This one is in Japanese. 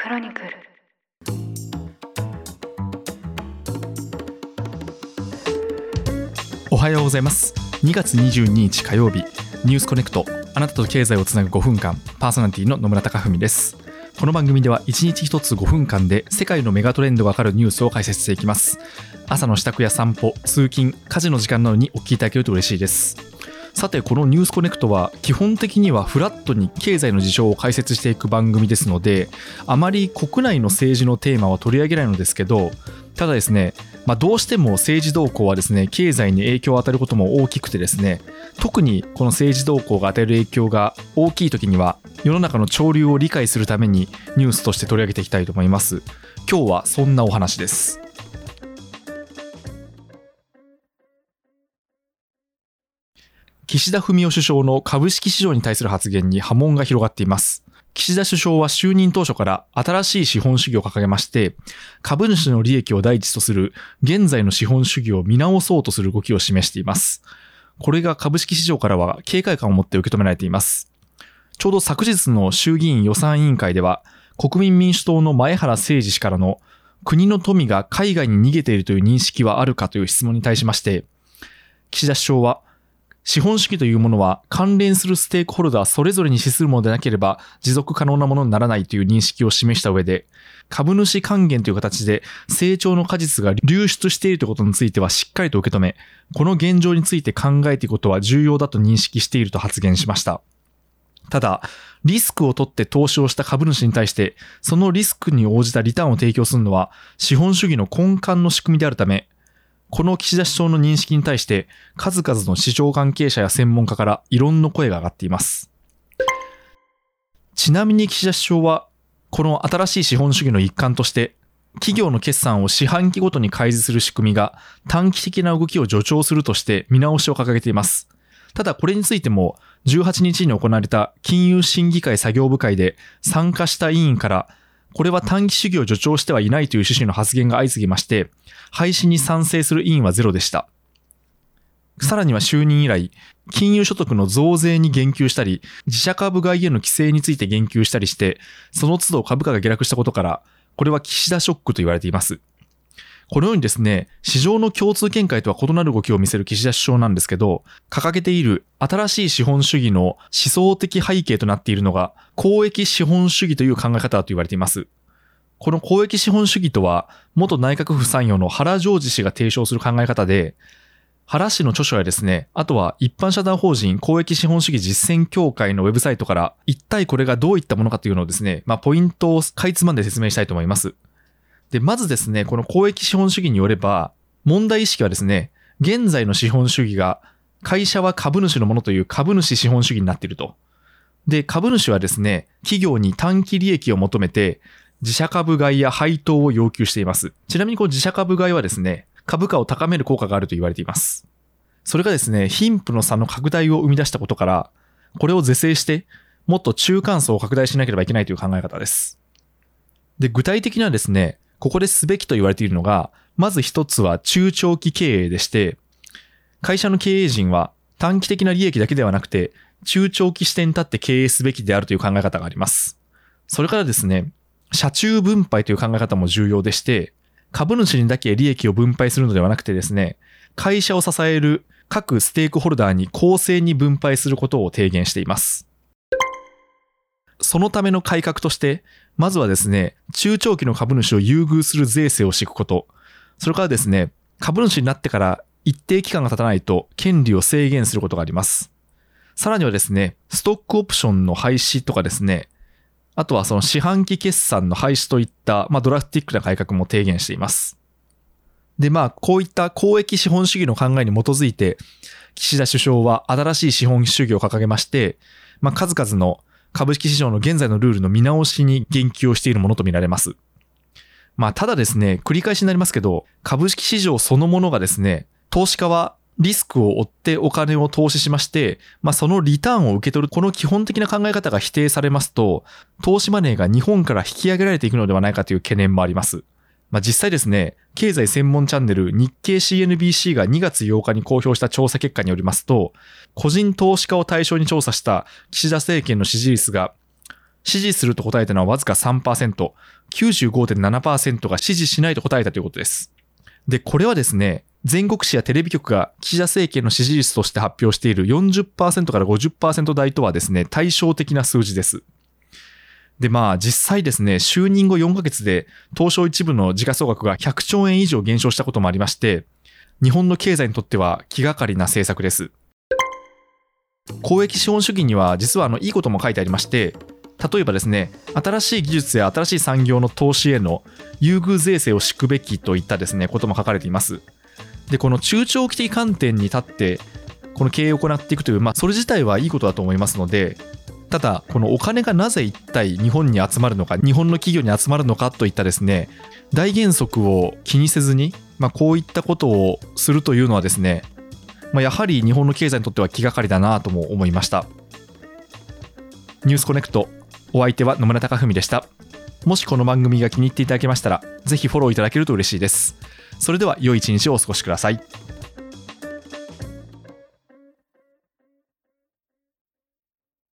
クロニクル。 おはようございます。2月22日火曜日、ニュースコネクト、あなたと経済をつなぐ5分間、パーソナリティの野村貴文です。この番組では1日1つ5分間で世界のメガトレンドがわかるニュースを解説していきます。朝の支度や散歩、通勤、家事の時間などにお聞きいただけると嬉しいです。さて、このニュースコネクトは基本的にはフラットに経済の事象を解説していく番組ですので、あまり国内の政治のテーマは取り上げないのですけど、ただですね、どうしても政治動向はですね、経済に影響を与えることも大きくてですね、特にこの政治動向が与える影響が大きい時には、世の中の潮流を理解するためにニュースとして取り上げていきたいと思います。今日はそんなお話です。岸田文雄首相の株式市場に対する発言に波紋が広がっています。岸田首相は就任当初から新しい資本主義を掲げまして、株主の利益を第一とする現在の資本主義を見直そうとする動きを示しています。これが株式市場からは警戒感を持って受け止められています。ちょうど昨日の衆議院予算委員会では、国民民主党の前原誠司氏からの国の富が海外に逃げているという認識はあるかという質問に対しまして、岸田首相は、資本主義というものは関連するステークホルダーそれぞれに資するものでなければ持続可能なものにならないという認識を示した上で、株主還元という形で成長の果実が流出しているということについてはしっかりと受け止め、この現状について考えていくことは重要だと認識していると発言しました。ただ、リスクを取って投資をした株主に対して、そのリスクに応じたリターンを提供するのは資本主義の根幹の仕組みであるため、この岸田首相の認識に対して数々の市場関係者や専門家から異論の声が上がっています。ちなみに岸田首相はこの新しい資本主義の一環として企業の決算を四半期ごとに開示する仕組みが短期的な動きを助長するとして見直しを掲げています。ただこれについても18日に行われた金融審議会作業部会で参加した委員からこれは短期主義を助長してはいないという趣旨の発言が相次ぎまして、廃止に賛成する委員はゼロでした。さらには就任以来、金融所得の増税に言及したり、自社株買いへの規制について言及したりして、その都度株価が下落したことから、これは岸田ショックと言われています。このようにですね、市場の共通見解とは異なる動きを見せる岸田首相なんですけど、掲げている新しい資本主義の思想的背景となっているのが、公益資本主義という考え方だと言われています。この公益資本主義とは、元内閣府参与の原丈二氏が提唱する考え方で、原氏の著書やですね、あとは一般社団法人公益資本主義実践協会のウェブサイトから、一体これがどういったものかというのをですね、ポイントをかいつまんで説明したいと思います。で、まずですね、この公益資本主義によれば、問題意識はですね、現在の資本主義が、会社は株主のものという株主資本主義になっていると。で、株主はですね、企業に短期利益を求めて、自社株買いや配当を要求しています。ちなみに自社株買いはですね、株価を高める効果があると言われています。それがですね、貧富の差の拡大を生み出したことから、これを是正して、もっと中間層を拡大しなければいけないという考え方です。で、具体的にはですね、ここですべきと言われているのが、まず一つは中長期経営でして、会社の経営陣は短期的な利益だけではなくて、中長期視点に立って経営すべきであるという考え方があります。それからですね、社中分配という考え方も重要でして、株主にだけ利益を分配するのではなくてですね、会社を支える各ステークホルダーに公正に分配することを提言しています。そのための改革として、まずはですね、中長期の株主を優遇する税制を敷くこと。それからですね、株主になってから一定期間が経たないと権利を制限することがあります。さらにはですね、ストックオプションの廃止とかですね、あとはその四半期決算の廃止といった、ドラスティックな改革も提言しています。で、こういった公益資本主義の考えに基づいて、岸田首相は新しい資本主義を掲げまして、数々の株式市場の現在のルールの見直しに言及をしているものとみられます。ただですね、繰り返しになりますけど、株式市場そのものがですね、投資家はリスクを負ってお金を投資しまして、そのリターンを受け取るこの基本的な考え方が否定されますと、投資マネーが日本から引き上げられていくのではないかという懸念もあります。実際ですね、経済専門チャンネル日経 CNBC が2月8日に公表した調査結果によりますと、個人投資家を対象に調査した岸田政権の支持率が支持すると答えたのはわずか 3%、95.7% が支持しないと答えたということです。で、これはですね、全国紙やテレビ局が岸田政権の支持率として発表している 40% から 50% 台とはですね、対照的な数字です。で、実際ですね、就任後4ヶ月で東証一部の時価総額が100兆円以上減少したこともありまして、日本の経済にとっては気がかりな政策です。公益資本主義には実はいいことも書いてありまして、例えばですね、新しい技術や新しい産業の投資への優遇税制を敷くべきといったですね、ことも書かれています。で、この中長期的観点に立ってこの経営を行っていくという、それ自体はいいことだと思いますので、ただこのお金がなぜ一体日本に集まるのか、日本の企業に集まるのかといったですね、大原則を気にせずに、こういったことをするというのはですね、やはり日本の経済にとっては気がかりだなとも思いました。ニュースコネクト、お相手は野村貴文でした。もしこの番組が気に入っていただけましたら、ぜひフォローいただけると嬉しいです。それでは良い一日をお過ごしください。